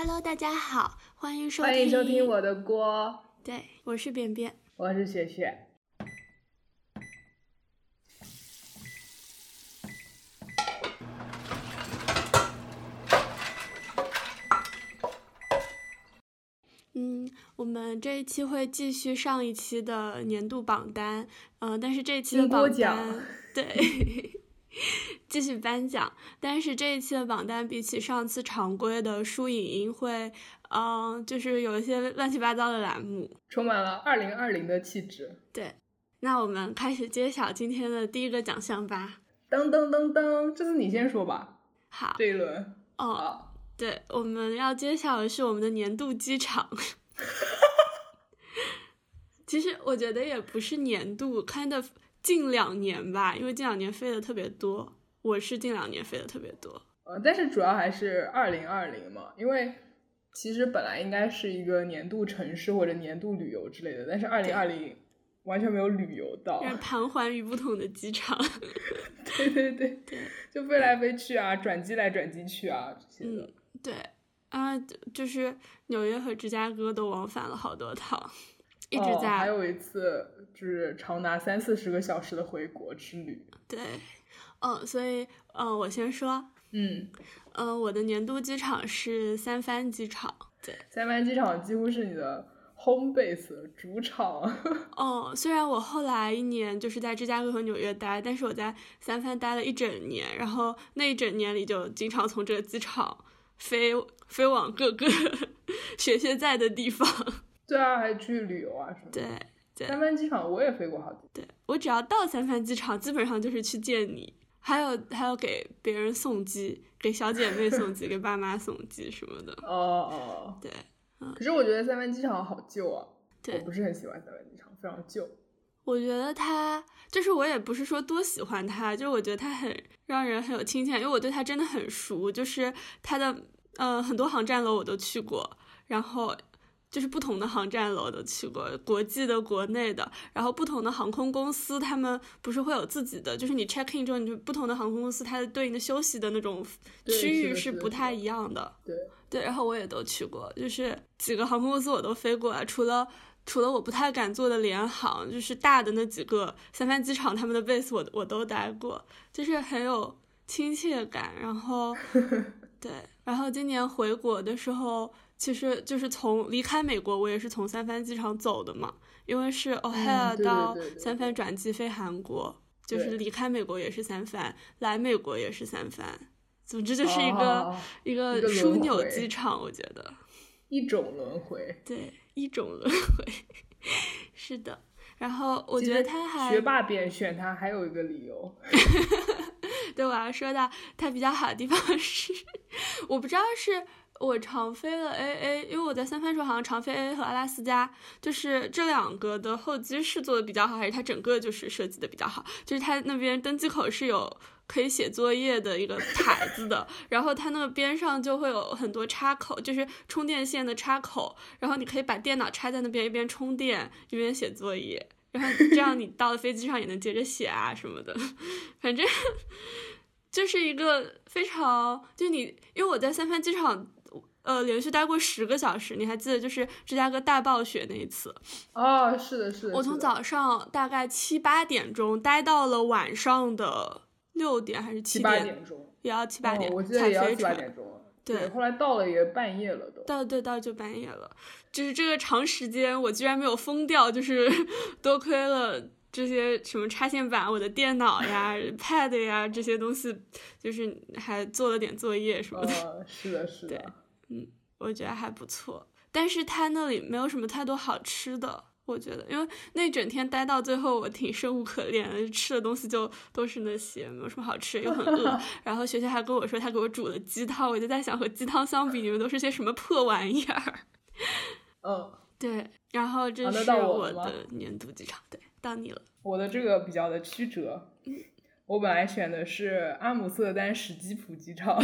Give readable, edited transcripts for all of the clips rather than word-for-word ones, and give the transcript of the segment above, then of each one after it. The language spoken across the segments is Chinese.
Hello， 大家好，欢迎收听我的锅。 对，我是便便， 我是雪雪。 我们这一期会继续上一期的年度榜单，但是这一期的榜单对继续颁奖，但是这一期的榜单比起上次常规的书影音会，就是有一些乱七八糟的栏目， 充满了2020的气质。 对，那我们开始揭晓今天的第一个奖项吧。 噔噔噔噔，这次你先说吧。 好， 这一轮。 对，我们要揭晓的是我们的年度机场。其实我觉得也不是年度，看的近2年吧，因为近2年飞的特别多，我是近2年飞的特别多。 但是主要还是2020嘛，因为其实本来应该是一个年度城市或者年度旅游之类的，但是2020完全没有旅游到， 盘桓于不同的机场。 对，就飞来飞去啊，转机来转机去啊这些的。 对啊，就是纽约和芝加哥都往返了好多趟，一直在。 还有一次就是长达30-40个小时的回国之旅。 对，所以我先说，我的年度机场是三藩机场。对， 三藩机场几乎是你的 home base 主场。 虽然我后来1年就是在芝加哥和纽约待，但是我在三藩待了1整年，然后那1整年里就经常从这个机场飞往各个雪雪在的地方。 对啊，还去旅游啊什么的。 对， 三藩机场我也飞过好几次。 对，我只要到三藩机场基本上就是去见你，还有给别人送机，给小姐妹送机，给爸妈送机什么的。对。 可是我觉得三藩机场好旧啊， 对， 我不是很喜欢三藩机场，非常旧。 我觉得它就是我也不是说多喜欢它，就是我觉得它很让人很有亲切感，因为我对它真的很熟，就是它的很多航站楼我都去过，然后就是不同的航站楼都去过，国际的国内的，然后不同的航空公司他们不是会有自己的，就是你 check in 之后你就不同的航空公司它的对应的休息的那种区域是不太一样的。对，然后我也都去过，就是几个航空公司我都飞过啊，除了我不太敢坐的联航，就是大的那几个三藩机场他们的 base 我都待过，就是很有亲切感。然后对，然后今年回国的时候其实就是离开美国我也是从三藩机场走的嘛，因为是 O'Hare 到三藩转机飞韩国，就是离开美国也是三藩，来美国也是三藩，总之就是一个枢纽机场，我觉得一种轮回。 对，一种轮回。是的，然后我觉得他还学霸扁选他还有一个理由。 对，我要说到他比较好的地方是，我不知道是我常飞了 AA， 因为我在三藩时候好像常飞 AA 和阿拉斯加，就是这2个的候机室做的比较好，还是它整个就是设计的比较好，就是它那边登机口是有可以写作业的一个台子的，然后它那个边上就会有很多插口，就是充电线的插口，然后你可以把电脑插在那边，一边充电一边写作业，然后这样你到了飞机上也能接着写啊什么的，反正就是一个非常，就你因为我在三藩机场连续待过10个小时，你还记得就是芝加哥大暴雪那一次？ 是的。 我从早上大概7、8点钟待到了晚上的6点还是7点？7、8 点钟， 也要7、8点， 我记得也要7、8点钟。 对， 后来到了也半夜了都。 到就半夜了，就是这个长时间我居然没有疯掉，就是多亏了这些什么插线板、我的电脑呀、pad 呀这些东西，就是还做了点作业什么的。 是的。 对，我觉得还不错，但是它那里没有什么太多好吃的，我觉得，因为那整天待到最后我挺生无可恋的，吃的东西就都是那些，没有什么好吃，又很饿。然后学校还跟我说他给我煮了鸡汤，我就在想和鸡汤相比，你们都是些什么破玩意儿。对，然后这是我的年度机场。对，到你了。 我的这个比较的曲折，我本来选的是阿姆斯特丹史基普机场。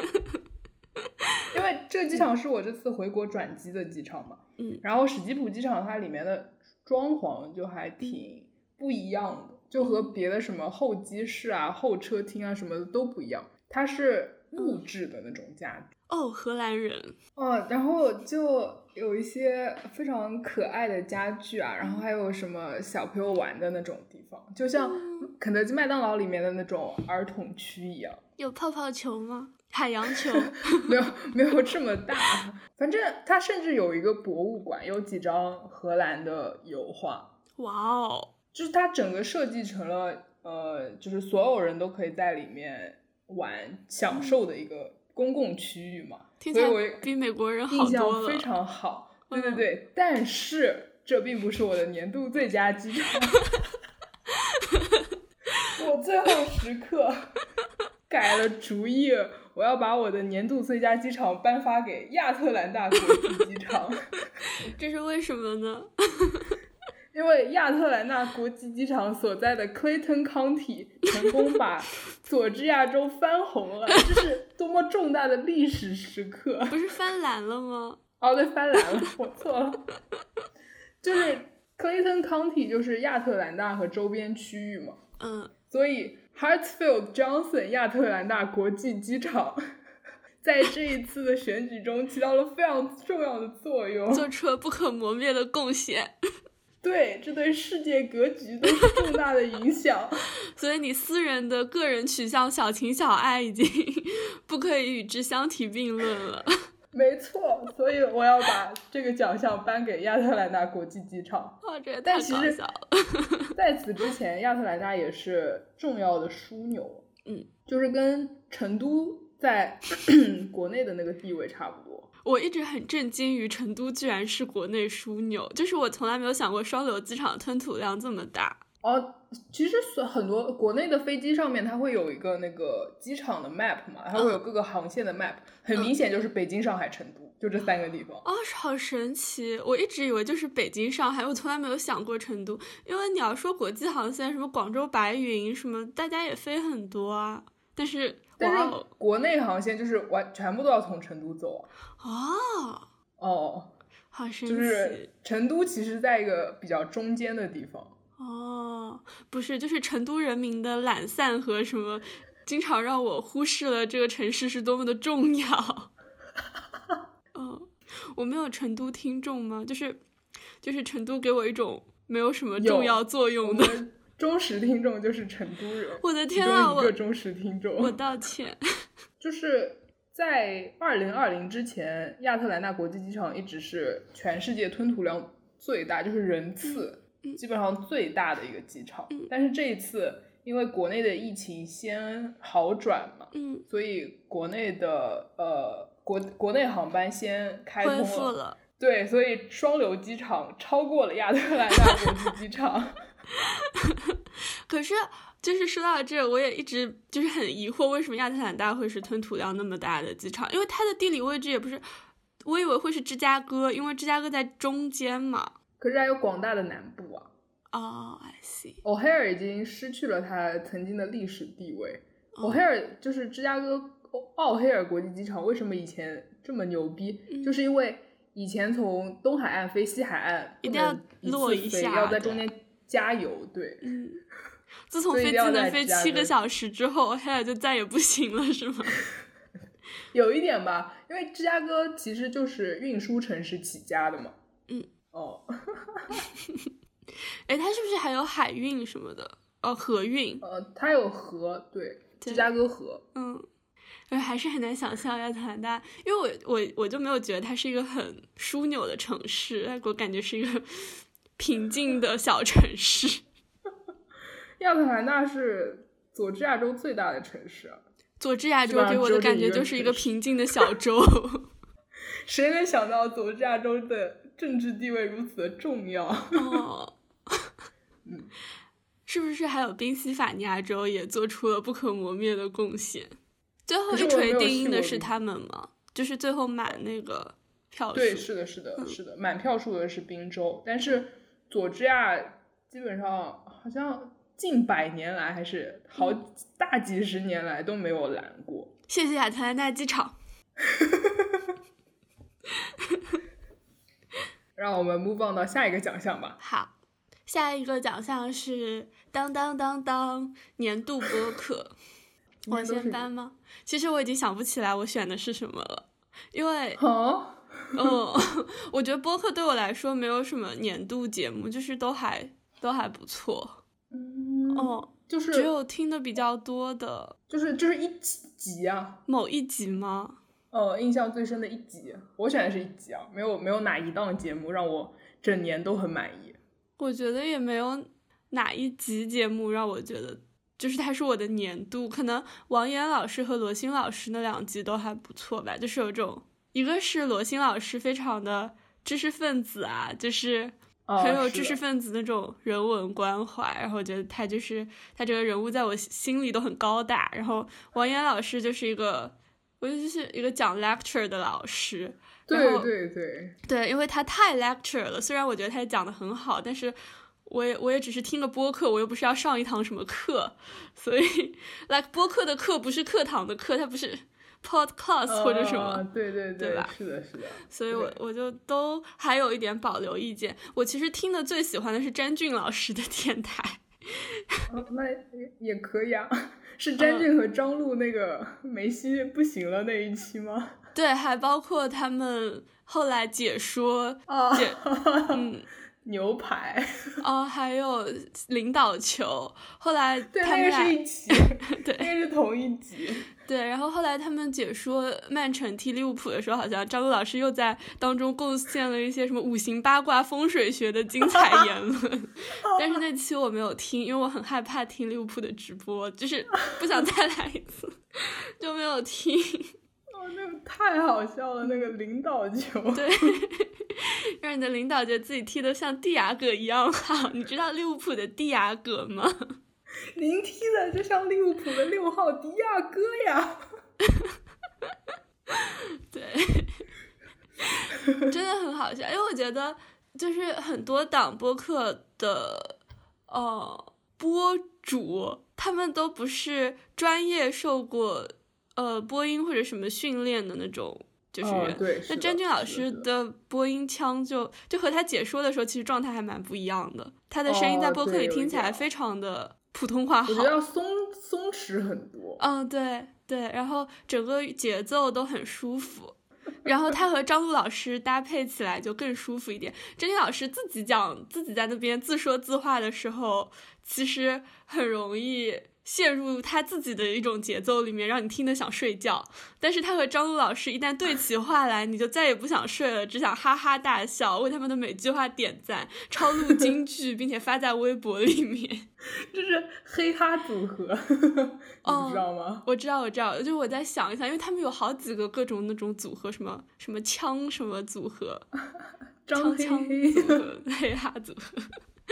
因为这个机场是我这次回国转机的机场嘛，然后史基普机场它里面的装潢就还挺不一样的，就和别的什么候机室啊、候车厅啊什么的都不一样。它是木质的那种家具。 哦，荷兰人。 然后就有一些非常可爱的家具啊，然后还有什么小朋友玩的那种地方，就像肯德基麦当劳里面的那种儿童区一样。 有泡泡球吗？海洋球？ 没有这么大，反正它甚至有一个博物馆，有几张荷兰的油画。 哇哦！ 就是它整个设计成了就是所有人都可以在里面玩享受的一个公共区域嘛， 听起来比美国人好多了， 印象非常好。对对对，但是这并不是我的年度最佳机场。我最后时刻改了主意，我要把我的年度最佳机场颁发给亚特兰大国际机场。 这是为什么呢？ 因为亚特兰大国际机场所在的 Clayton County 成功把佐治亚州翻红了，这是多么重大的历史时刻！ 不是翻蓝了吗？ 哦，对，翻蓝了，我错了。就是 Clayton County 就是亚特兰大和周边区域嘛，所以 Hartsfield Johnson 亚特兰大国际机场在这一次的选举中起到了非常重要的作用， 做出了不可磨灭的贡献。 对，这对世界格局都是重大的影响。 所以你私人的个人取向小情小爱已经不可以与之相提并论了。 没错，所以我要把这个奖项颁给亚特兰大国际机场。 这也太搞笑了。 在此之前，亚特兰大也是重要的枢纽，就是跟成都在国内的那个地位差不多。 我一直很震惊于成都居然是国内枢纽，就是我从来没有想过双流机场吞吐量这么大。 其实很多国内的飞机上面它会有一个那个机场的 map 嘛，它会有各个航线的 map，很明显就是北京、上海、成都，就这三个地方。 好神奇！我一直以为就是北京、上海，我从来没有想过成都。因为你要说国际航线，什么广州白云什么，大家也飞很多啊。但是国内航线就是全部都要从成都走啊。 好神奇！ 就是成都其实在一个比较中间的地方。 不是，就是成都人民的懒散和什么，经常让我忽视了这个城市是多么的重要。我没有成都听众吗？就是成都给我一种没有什么重要作用的。 忠实听众就是成都人。 我的天啊！ 一个忠实听众， 我道歉。 就是在2020之前，亚特兰大国际机场一直是全世界吞吐量最大，就是人次基本上最大的一个机场。但是这一次因为国内的疫情先好转嘛，所以国内的国内航班先开通恢复了。 对，所以双流机场超过了亚特兰大国际机场。 可是就是说到这，我也一直就是很疑惑，为什么亚特兰大会是吞吐量那么大的机场？因为它的地理位置也不是，我以为会是芝加哥，因为芝加哥在中间嘛。 可是还有广大的南部啊。 I see。 O'Hare 已经失去了它曾经的历史地位。O'Hare 就是芝加哥奥黑尔国际机场，为什么以前这么牛逼？就是因为以前从东海岸飞西海岸一定要落一下， 要在中间加油。对， 自从飞机能飞7个小时之后，O'Hare 就再也不行了，是吗？ 有一点吧，因为芝加哥其实就是运输城市起家的嘛。 它是不是还有海运什么的？河运。 它有河，对，芝加哥河。 还是很难想象亚特兰大，因为我就没有觉得它是一个很枢纽的城市，我感觉是一个平静的小城市。 亚特兰大是佐治亚州最大的城市。 佐治亚州给我的感觉就是一个平静的小州。 谁能想到佐治亚州的政治地位如此的重要？ 是不是还有宾夕法尼亚州也做出了不可磨灭的贡献？最后一锤定音的是他们吗？就是最后满那个票数。 对，是的，满票数的是宾州，但是佐治亚基本上好像近100年来还是大几十年来都没有拦过。 谢谢亚特兰大机场。 让我们 move on 到下一个奖项吧。 好，下一个奖项是当当当当年度播客。 我先搬吗？其实我已经想不起来我选的是什么了，因为我觉得播客对我来说没有什么年度节目，就是都还不错。 就是只有听的比较多的， 就是一集啊， 某一集吗？ 印象最深的一集，我选的是一集啊，没有哪一档节目让我整年都很满意。 我觉得也没有哪一集节目让我觉得就是它是我的年度，可能王岩老师和罗欣老师那2集都还不错吧，就是有种，一个是罗欣老师非常的知识分子啊，就是很有知识分子那种人文关怀，然后我觉得他这个人物在我心里都很高大。然后王岩老师就是一个，我觉得就是一个讲 lecture 的老师。对，因为他太 lecture 了，虽然我觉得他讲的很好，但是我也只是听个播客，我又不是要上一堂什么课，所以 播客的课不是课堂的课，它不是podcast 或者什么， 对吧？ 是的， 所以我就都还有一点保留意见。我其实听的最喜欢的是詹俊老师的电台。 那也可以啊，是詹俊和张璐那个梅西不行了那一期吗？ 对，还包括他们后来解说牛排还有领导球，后来他们那个是一集对， 那个是同一集。 对，然后后来他们解说曼城踢利物浦的时候，好像张璐老师又在当中贡献了一些什么五行八卦风水学的精彩言论但是那期我没有听，因为我很害怕听利物浦的直播，就是不想再来一次就没有听。 那个太好笑了，那个领导球。 对，让你的领导觉得自己踢得像蒂亚戈一样好。你知道利物浦的蒂亚戈吗？ 您踢的就像利物浦的6号迪亚哥呀。 对，真的很好笑，因为我觉得就是很多档播客的播主，他们都不是专业受过播音或者什么训练的那种就是人。 对， 那詹俊老师的播音腔就和他解说的时候其实状态还蛮不一样的，他的声音在播客里听起来非常的普通话好， 我觉得要松弛很多。 对，然后整个节奏都很舒服，然后他和张璐老师搭配起来就更舒服一点。詹俊老师自己在那边自说自话的时候，其实很容易陷入他自己的一种节奏里面，让你听得想睡觉。但是他和张璐老师一旦对起话来，你就再也不想睡了，只想哈哈大笑，为他们的每句话点赞，抄录金句并且发在微博里面。 这是黑哈组合你知道吗？ 我知道，就我在想一想，因为他们有好几个各种那种组合，什么枪什么组合， 张黑黑组合，黑哈组合。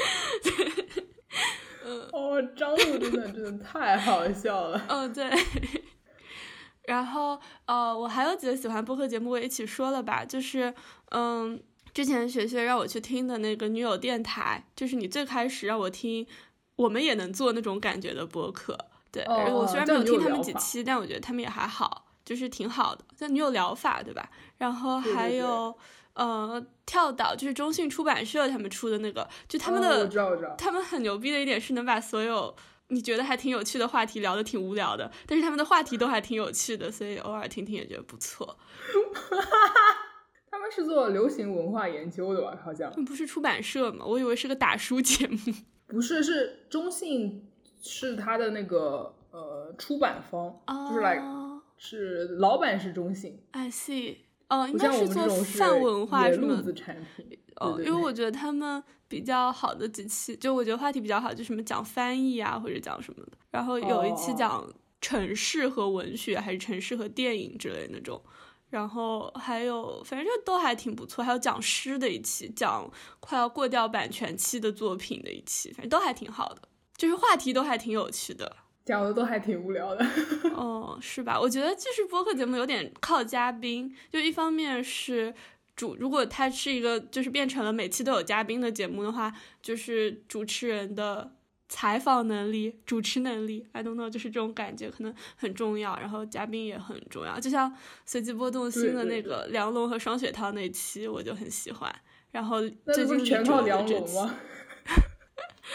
张璐真的太好笑了。 对。然后我还有几个喜欢播客节目，我也一起说了吧，就是之前学让我去听的那个女友电台，就是你最开始让我听我们也能做那种感觉的播客。对，我虽然没有听他们几期，但我觉得他们也还好，就是挺好的，叫女友疗法，对吧？然后还有跳岛，就是中信出版社他们出的那个，就他们的我知道他们很牛逼的一点是能把所有你觉得还挺有趣的话题聊得挺无聊的，但是他们的话题都还挺有趣的，所以偶尔听听也觉得不错。 他们是做流行文化研究的吧？好像不是出版社吗？我以为是个打书节目。 不是，是中信是他的那个出版方，就是是老板是中信。 I see。应该是做泛文化什么产品。 因为我觉得他们比较好的几期，就我觉得话题比较好，就什么讲翻译啊或者讲什么的，然后有一期讲城市和文学还是城市和电影之类的那种，然后还有反正就都还挺不错，还有讲诗的一期，讲快要过掉版权期的作品的一期，反正都还挺好的，就是话题都还挺有趣的， 讲的都还挺无聊的。 是吧？我觉得就是播客节目有点靠嘉宾，就一方面是如果它是一个就是变成了每期都有嘉宾的节目的话，就是主持人的采访能力、主持能力 I don't know， 就是这种感觉可能很重要，然后嘉宾也很重要，就像随机波动新的那个梁龙和双雪涛那期我就很喜欢，然后最近全靠梁龙吗？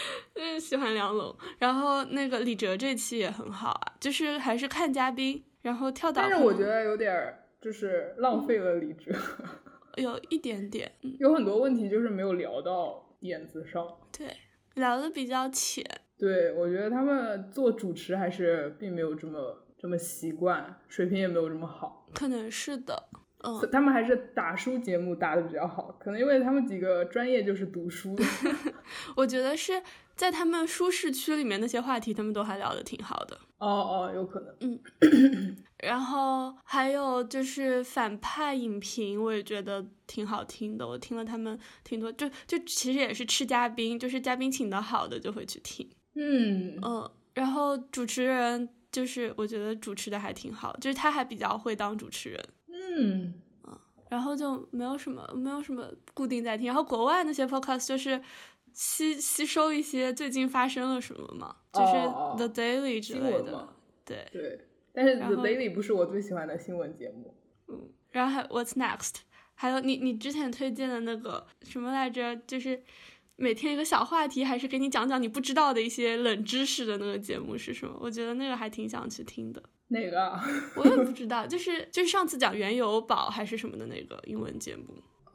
喜欢梁龙。然后那个李哲这期也很好啊，就是还是看嘉宾，然后跳岛。 但是我觉得有点就是浪费了李哲。 有一点点， 有很多问题就是没有聊到点子上。 对，聊的比较浅。 对，我觉得他们做主持还是并没有这么习惯，水平也没有这么好。 可能是的。 他们还是打书节目打的比较好，可能因为他们几个专业就是读书的。 我觉得是在他们舒适区里面那些话题他们都还聊得挺好的。 有可能。 然后还有就是反派影评我也觉得挺好听的，我听了他们挺多，就其实也是吃嘉宾，就是嘉宾请的好的就会去听。然后主持人就是我觉得主持的还挺好，就是他还比较会当主持人。然后就没有什么固定在听。然后国外那些 podcast 就是吸收一些最近发生了什么嘛，就是 The Daily 之类的。对， 但是 The Daily 不是我最喜欢的新闻节目。 然后还 What's Next， 还有你之前推荐的那个什么来着，就是每天一个小话题，还是给你讲讲你不知道的一些冷知识的那个节目是什么？我觉得那个还挺想去听的。 哪个？ 我也不知道，就是上次讲原油宝还是什么的那个英文节目。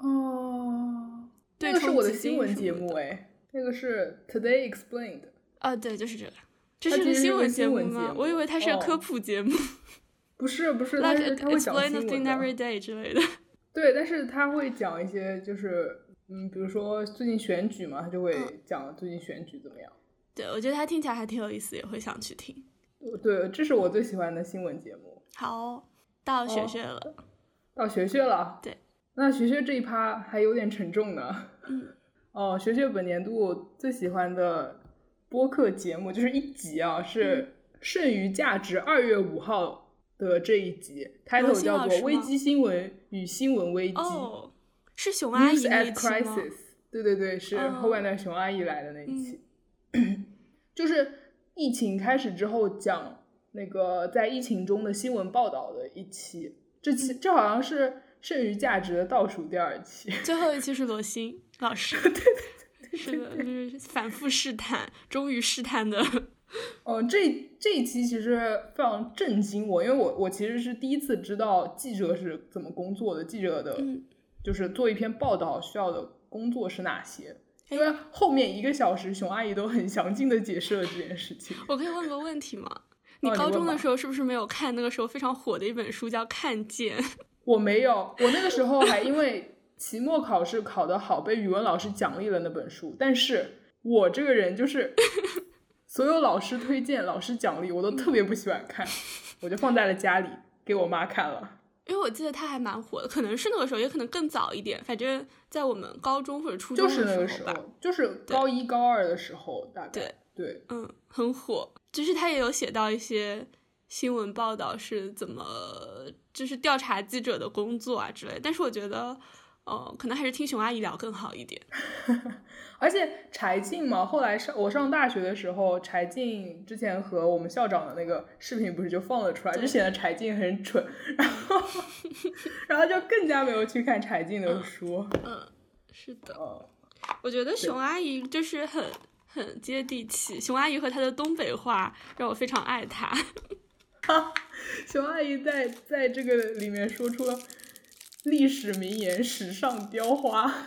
那个是我的新闻节目那个是 Today Explained。 对，就是这个。这是个新闻节目吗？我以为它是个科普节目。 不是， 但是他会讲新闻的。 Explain a thing every day 之类的。 对，但是他会讲一些就是比如说最近选举嘛，他就会讲最近选举怎么样。 对，我觉得他听起来还挺有意思，也会想去听。 对，这是我最喜欢的新闻节目。 好，到学学了。 到学学了。 对， 那学学这一趴还有点沉重呢。学学本年度最喜欢的播客节目就是一集是剩余价值2月5号的这一集，title 叫做危机新闻与新闻危机。 是熊阿姨那一期吗？ News at Crisis。 对，是后半段熊阿姨来的那一期。就是疫情开始之后讲那个在疫情中的新闻报道的一期，这好像是剩余价值的倒数第2期， 最后一期是罗欣老师。 对， 是的，就是反复试探，终于试探的。 这一期其实非常震惊我，因为我其实是第一次知道记者是怎么工作的，记者的就是做一篇报道需要的工作是哪些。因为后面1个小时熊阿姨都很详尽的解释了这件事情。 我可以问个问题吗？你高中的时候是不是没有看那个时候非常火的一本书叫《看见》？ 我没有，我那个时候还因为期末考试考得好被语文老师奖励了那本书，但是我这个人就是所有老师推荐老师奖励我都特别不喜欢看，我就放在了家里给我妈看了。 因为我记得它还蛮火的，可能是那个时候，也可能更早一点，反正在我们高中或者初中的时候吧， 就是那个时候，就是高1高2的时候大概。对， 很火。就是他也有写到一些新闻报道是怎么就是调查记者的工作啊之类的，但是我觉得可能还是听熊阿姨聊更好一点。 而且柴静嘛，后来我上大学的时候，柴静之前和我们校长的那个视频不是就放了出来，就显得柴静很蠢，然后就更加没有去看柴静的书。 是的。我觉得熊阿姨就是很接地气，熊阿姨和她的东北话让我非常爱她。 熊阿姨在这个里面说出了历史名言史上雕花。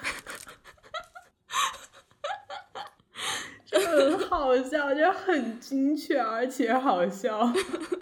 很好笑，就很精确而且好笑。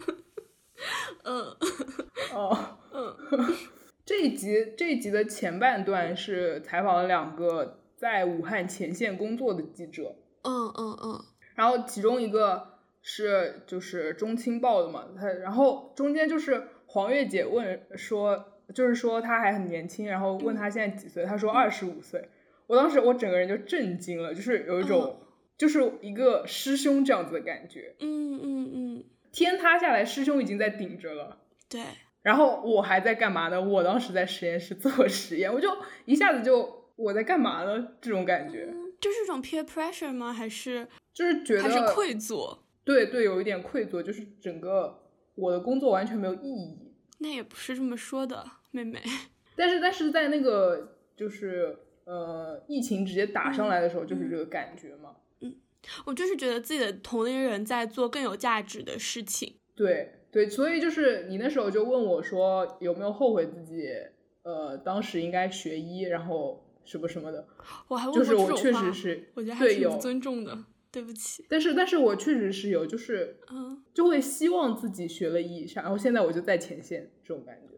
这一集的前半段是采访了2个在武汉前线工作的记者。然后其中一个是就是中青报的嘛，然后中间就是黄月姐问说，就是说她还很年轻，然后问她现在几岁，她说25岁。我当时我整个人就震惊了，就是有一种就是一个师兄这样子的感觉。天塌下来师兄已经在顶着了。 对， 然后我还在干嘛呢？我当时在实验室做实验，我就一下子就我在干嘛呢这种感觉。 就是一种 peer pressure 吗？还是就是觉得还是愧疚？ 对，有一点愧疚，就是整个我的工作完全没有意义。 那也不是这么说的，妹妹。 但是在那个就是疫情直接打上来的时候，就是这个感觉嘛。 我就是觉得自己的同龄人在做更有价值的事情。 对，所以就是你那时候就问我说有没有后悔自己当时应该学医，然后什么什么的。 我还问过这种话， 就是我确实是， 我觉得还挺不尊重的，对不起。 但是我确实是有，就是就会希望自己学了医以上，然后现在我就在前线这种感觉。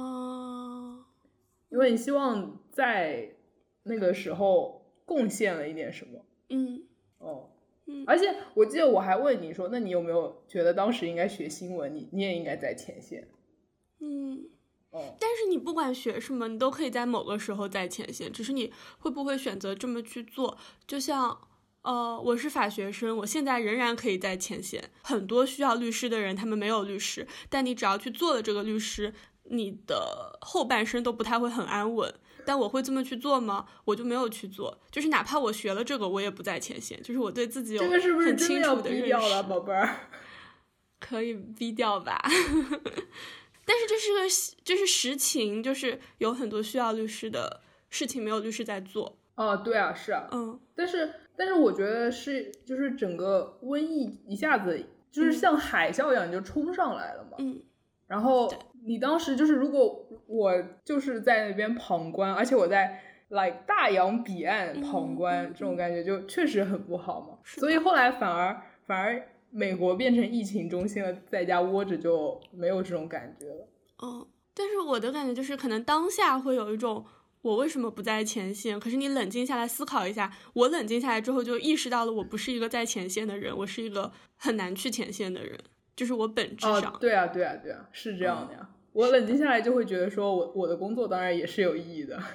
因为你希望在那个时候贡献了一点什么。而且我记得我还问你说，那你有没有觉得当时应该学新闻，你也应该在前线。 但是你不管学什么，你都可以在某个时候在前线，只是你会不会选择这么去做。就像我是法学生，我现在仍然可以在前线。很多需要律师的人，他们没有律师，但你只要去做了这个律师，你的后半生都不太会很安稳。但我会这么去做吗？我就没有去做。就是哪怕我学了这个，我也不在前线。就是我对自己有很清楚的认识。 这个是不是真的要逼掉了，宝贝儿？ 可以逼掉吧。但是这是实情，就是有很多需要律师的事情没有律师在做。 对啊，是啊。但是我觉得是，就是整个瘟疫一下子就是像海啸一样就冲上来了嘛。然后你当时就是，如果我就是在那边旁观，而且我在大洋彼岸旁观，这种感觉就确实很不好嘛。所以后来反而美国变成疫情中心了，在家窝着就没有这种感觉了。 但是我的感觉就是，可能当下会有一种我为什么不在前线，可是你冷静下来思考一下，我冷静下来之后就意识到了，我不是一个在前线的人，我是一个很难去前线的人，就是我本质上。 对啊，是这样的呀。我冷静下来就会觉得说我的工作当然也是有意义的。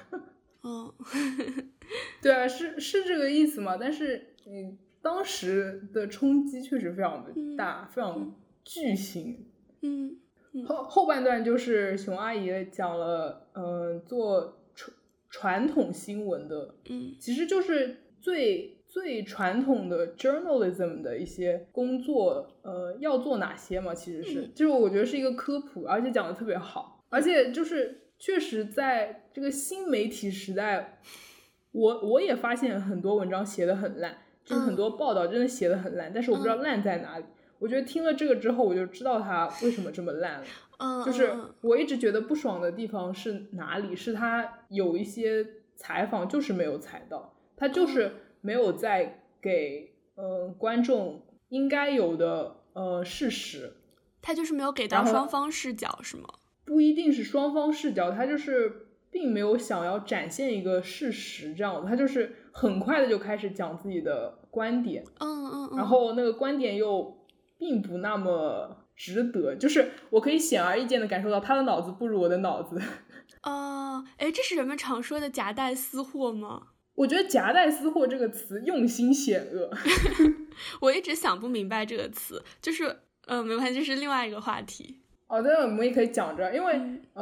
对啊，是这个意思嘛。但是当时的冲击确实非常的大，非常巨型。后半段就是熊阿姨讲了做传统新闻的，其实就是最传统的 journalism 的一些工作，要做哪些嘛，其实是就是我觉得是一个科普，而且讲的特别好。而且就是确实在这个新媒体时代，我也发现很多文章写的很烂，就是很多报道真的写的很烂，但是我不知道烂在哪里。我觉得听了这个之后，我就知道它为什么这么烂了。就是我一直觉得不爽的地方是哪里，是他有一些采访就是没有采到，他就是没有在给观众应该有的事实， 他就是没有给到双方视角，是吗？ 不一定是双方视角，他就是并没有想要展现一个事实这样的，他就是很快的就开始讲自己的观点。然后那个观点又并不那么值得，就是我可以显而易见的感受到他的脑子不如我的脑子。 这是人们常说的夹带私货吗？ 我觉得夹带私货这个词用心险恶。 我一直想不明白这个词，就是没关系，这是另外一个话题。 但我们也可以讲着，因为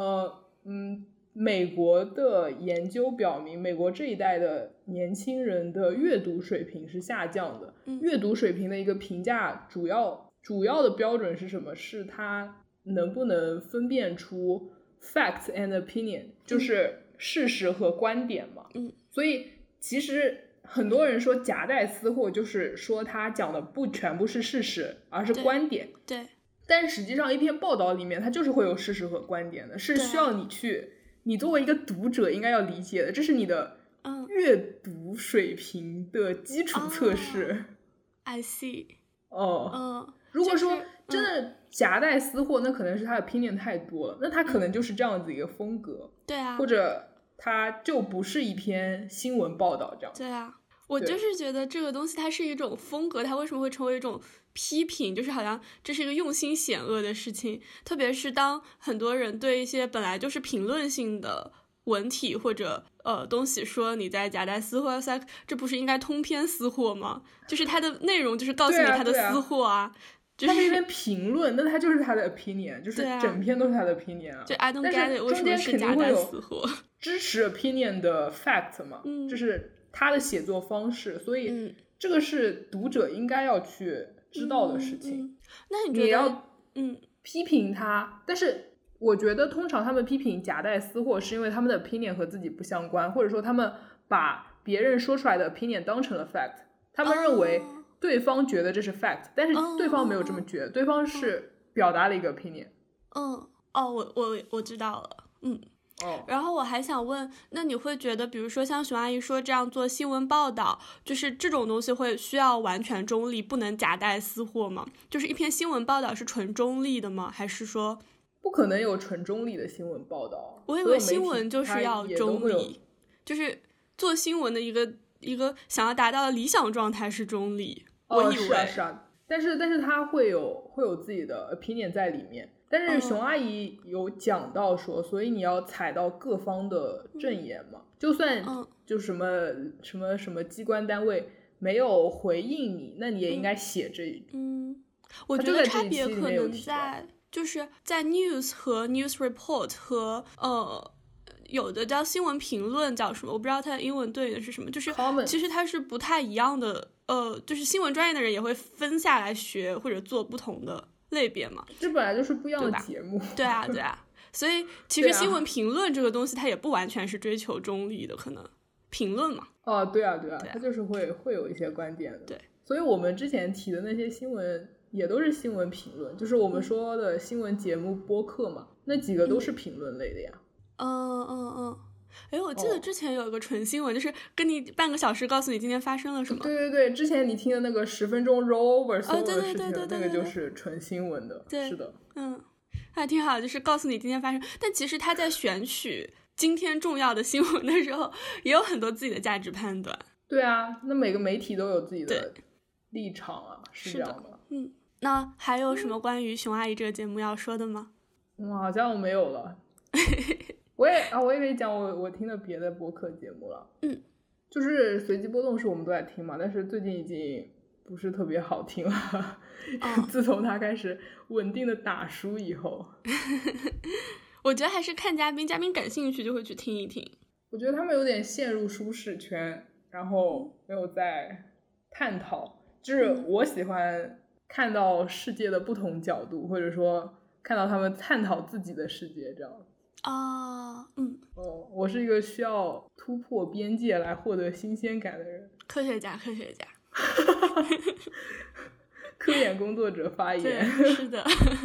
美国的研究表明，美国这一代的年轻人的阅读水平是下降的。阅读水平的一个评价主要的标准是什么？是他能不能分辨出 facts and opinion， 就是事实和观点嘛。所以其实很多人说夹带私货，就是说他讲的不全部是事实，而是观点。 对。 但实际上一篇报道里面它就是会有事实和观点的，是需要你作为一个读者应该要理解的，这是你的阅读水平的基础测试。 I see。 如果说真的夹带私货，那可能是他的opinion太多了，那他可能就是这样子一个风格。 对啊。 或者他就不是一篇新闻报道这样。 对啊，我就是觉得这个东西它是一种风格，它为什么会成为一种批评，就是好像这是一个用心险恶的事情。特别是当很多人对一些本来就是评论性的文体或者东西说你在夹带私货，这不是应该通篇私货吗？就是它的内容就是告诉你它的私货啊。 他是一篇评论，那他就是他的 opinion， 就是整篇都是他的 opinion 啊。 就 I don't get it， 为什么是夹带私货？ 支持 opinion 的 fact 嘛，就是他的写作方式，所以这个是读者应该要去知道的事情。 那你觉得你要批评他，但是我觉得通常他们批评夹带私货是因为他们的 opinion 和自己不相关，或者说他们把别人说出来的 opinion 当成了 fact， 他们认为对方觉得这是 fact， 但是对方没有这么觉得，对方是表达了一个 opinion。 我知道了。然后我还想问，那你会觉得比如说像熊阿姨说这样做新闻报道，就是这种东西会需要完全中立，不能夹带私货吗？就是一篇新闻报道是纯中立的吗？还是说不可能有纯中立的新闻报道？ 我以为新闻就是要中立，就是做新闻的一个想要达到的理想状态是中立。我以为是啊，但是他会有自己的 opinion 在里面。但是熊阿姨有讲到说，所以你要采到各方的证言嘛，就算就什么机关单位没有回应你，那你也应该写这一句。 我觉得差别可能在就是在 news 和 news report 和有的叫新闻评论叫什么，我不知道它的英文对应的是什么，就是其实它是不太一样的。就是新闻专业的人也会分下来学或者做不同的类别嘛， 这本来就是不一样的节目。 对啊，所以其实新闻评论这个东西它也不完全是追求中立的，可能评论嘛。 对啊，它就是会有一些观点的。 对， 所以我们之前提的那些新闻也都是新闻评论，就是我们说的新闻节目播客嘛，那几个都是评论类的呀。 我记得之前有一个纯新闻，就是跟你半个小时告诉你今天发生了什么。 对，之前你听的那个10分钟 roll over 所有的事情，那个就是纯新闻的。 对， 是的， 还挺好，就是告诉你今天发生。但其实他在选取今天重要的新闻的时候，也有很多自己的价值判断。 对啊，那每个媒体都有自己的立场啊，是这样的。 那还有什么关于熊阿姨这个节目要说的吗？ 好像没有了。我也可以讲我听的别的播客节目了。就是随机波动是我们都在听嘛，但是最近已经不是特别好听了。自从他开始稳定的打输以后。 我觉得还是看嘉宾感兴趣就会去听一听。 我觉得他们有点陷入舒适圈，然后没有在探讨。就是我喜欢看到世界的不同角度，或者说看到他们探讨自己的世界这样。我是一个需要突破边界来获得新鲜感的人。 科学家科研工作者发言。 是的。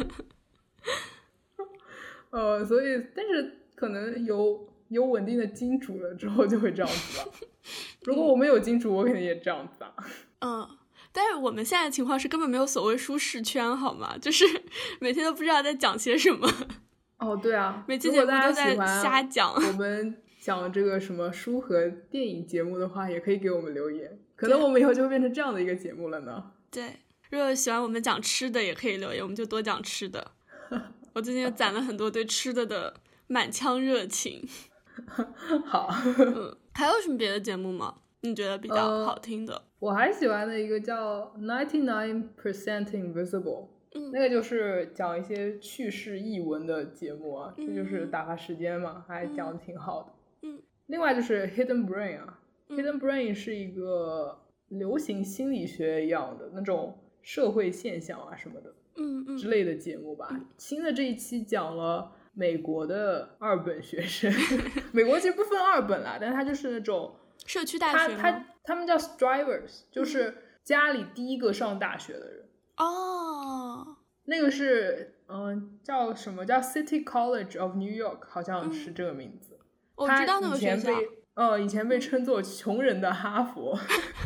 所以但是可能有稳定的金主了之后就会这样子吧。如果我没有金主，我肯定也这样子啊。 但是我们现在的情况是根本没有所谓舒适圈，好吗？就是每天都不知道在讲些什么。 对啊， 每期节目都在瞎讲。 我们讲这个什么书和电影节目的话，也可以给我们留言，可能我们以后就会变成这样的一个节目了呢。 对，如果喜欢我们讲吃的也可以留言，我们就多讲吃的。我最近又攒了很多对吃的满腔热情。 好。 还有什么别的节目吗？你觉得比较好听的？ 我还喜欢的一个叫 99% Invisible。那个就是讲一些趣事轶闻的节目啊，这就是打发时间嘛，还讲的挺好的。另外就是 Hidden Brain 啊。Hidden Brain 是一个流行心理学一样的那种社会现象啊什么的之类的节目吧。新的这一期讲了美国的2本学生。美国其实不分2本啦，但是他就是那种社区大学吗？ 他们叫 Strivers， 就是家里第一个上大学的人。那个是叫什么，叫 City College of New York， 好像是这个名字。 我知道那个学校。 以前被称作穷人的哈佛。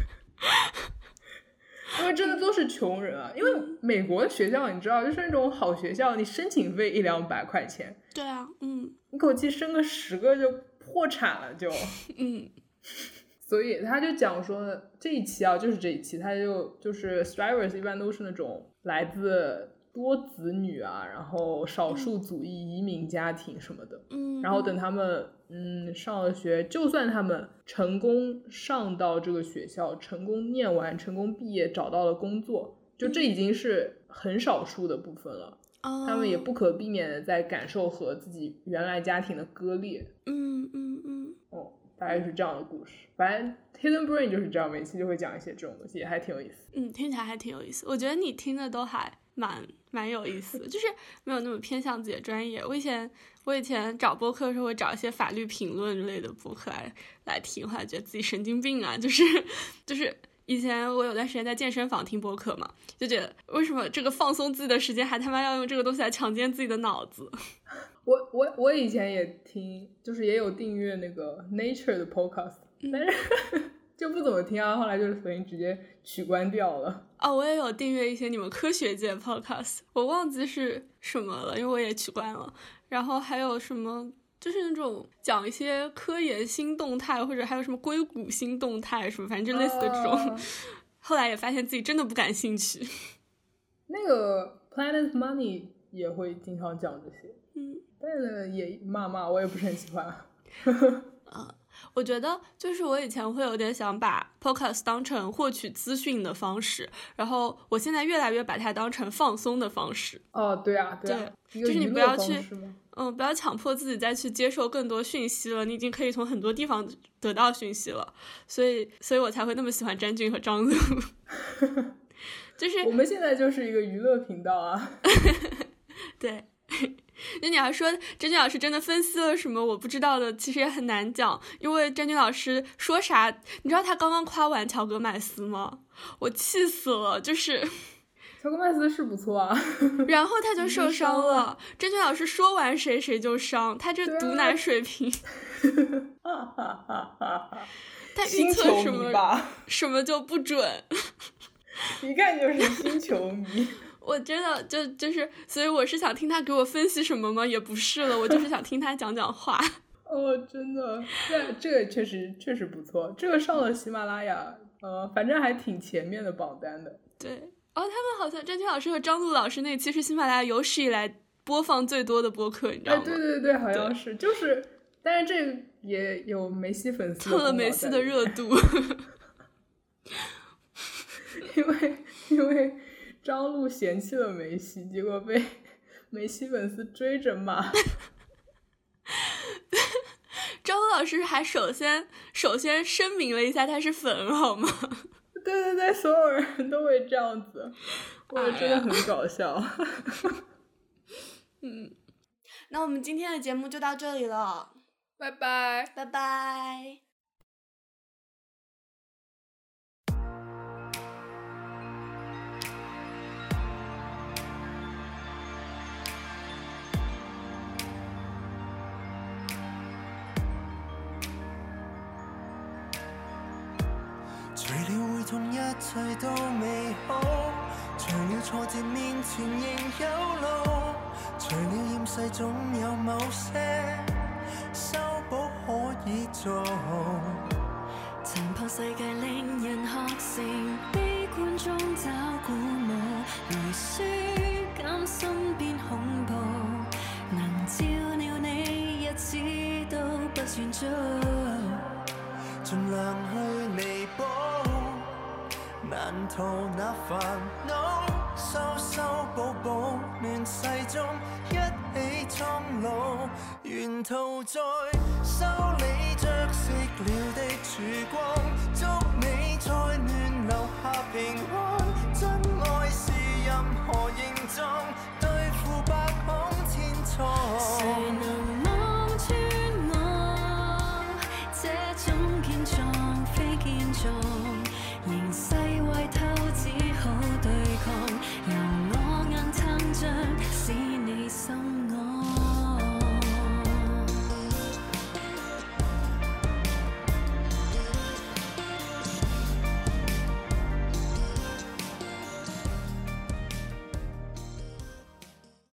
因为真的都是穷人啊。因为美国的学校你知道，就是那种好学校，你申请费100-200块钱。 对啊。 一口气升个10个就破产了就。所以他就讲说这一期啊，就是这一期他就是 Strivers 一般都是那种来自多子女啊，然后少数族裔移民家庭什么的。然后等他们上了学，就算他们成功上到这个学校，成功念完，成功毕业，找到了工作，就这已经是很少数的部分了。他们也不可避免的在感受和自己原来家庭的割裂。大概是这样的故事。反正 Hidden Brain 就是这样，每期就会讲一些这种东西，也还挺有意思。 听起来还挺有意思。我觉得你听的都还蛮有意思的，就是没有那么偏向自己的专业。我以前找播客的时候会找一些法律评论之类的播客来听，后来觉得自己神经病啊，就是以前我有段时间在健身房听播客嘛，就觉得为什么这个放松自己的时间还他妈要用这个东西来强奸自己的脑子。 我以前也听，就是也有订阅那个 Nature 的 podcast，但是就不怎么听啊，后来就是索性直接取关掉了。 我也有订阅一些你们科学界 podcast， 我忘记是什么了，因为我也取关了。然后还有什么就是那种讲一些科研新动态，或者还有什么硅谷新动态什么，反正就类似的这种。后来也发现自己真的不感兴趣。 那个 Planet Money 也会经常讲这些，但是也骂我也不是很喜欢。 我觉得就是我以前会有点想把 podcast 当成获取资讯的方式，然后我现在越来越把它当成放松的方式。 对啊， 就是你不要去不要强迫自己再去接受更多讯息了，你已经可以从很多地方得到讯息了，所以我才会那么喜欢詹俊和张璐。就是我们现在就是一个娱乐频道啊。 对，那你要说詹俊老师真的分析了什么我不知道的，其实也很难讲，因为詹俊老师说啥，你知道他刚刚夸完乔戈麦斯吗？我气死了，就是乔戈麦斯是不错啊， 然后他就受伤了。詹俊老师说完谁就伤，他这毒奶水平。他预测什么就不准。 一看就是新球迷。 我真的就是所以我是想听他给我分析什么吗？也不是了，我就是想听他讲讲话。 真的，这个确实不错，这个上了喜马拉雅，反正还挺前面的榜单的。 对，他们好像詹俊老师和张璐老师那期是喜马拉雅有史以来播放最多的播客，你知道吗？ 对，好像是，就是，但是这个也有梅西粉丝蹭了梅西的热度。 因为张璐嫌弃了梅西，结果被梅西粉丝追着骂。 张璐老师还首先声明了一下他是粉，好吗？ 对，所有人都会这样子，我真的很搞笑。 那我们今天的节目就到这里了， 拜拜， 拜拜。 除了會痛，一切都美好，除了挫折面前仍有路，除了厭世總有某些修補可以做。 殘破世界令人學成，悲觀中找鼓舞，如書減身變恐怖，能照料你日子都不算糟， 盡量去彌補，難逃那煩惱，修補，亂世中一起蒼老，沿途在修理着熄了的曙光，祝你在亂留下平安，真愛是任何形狀，對付百孔千瘡。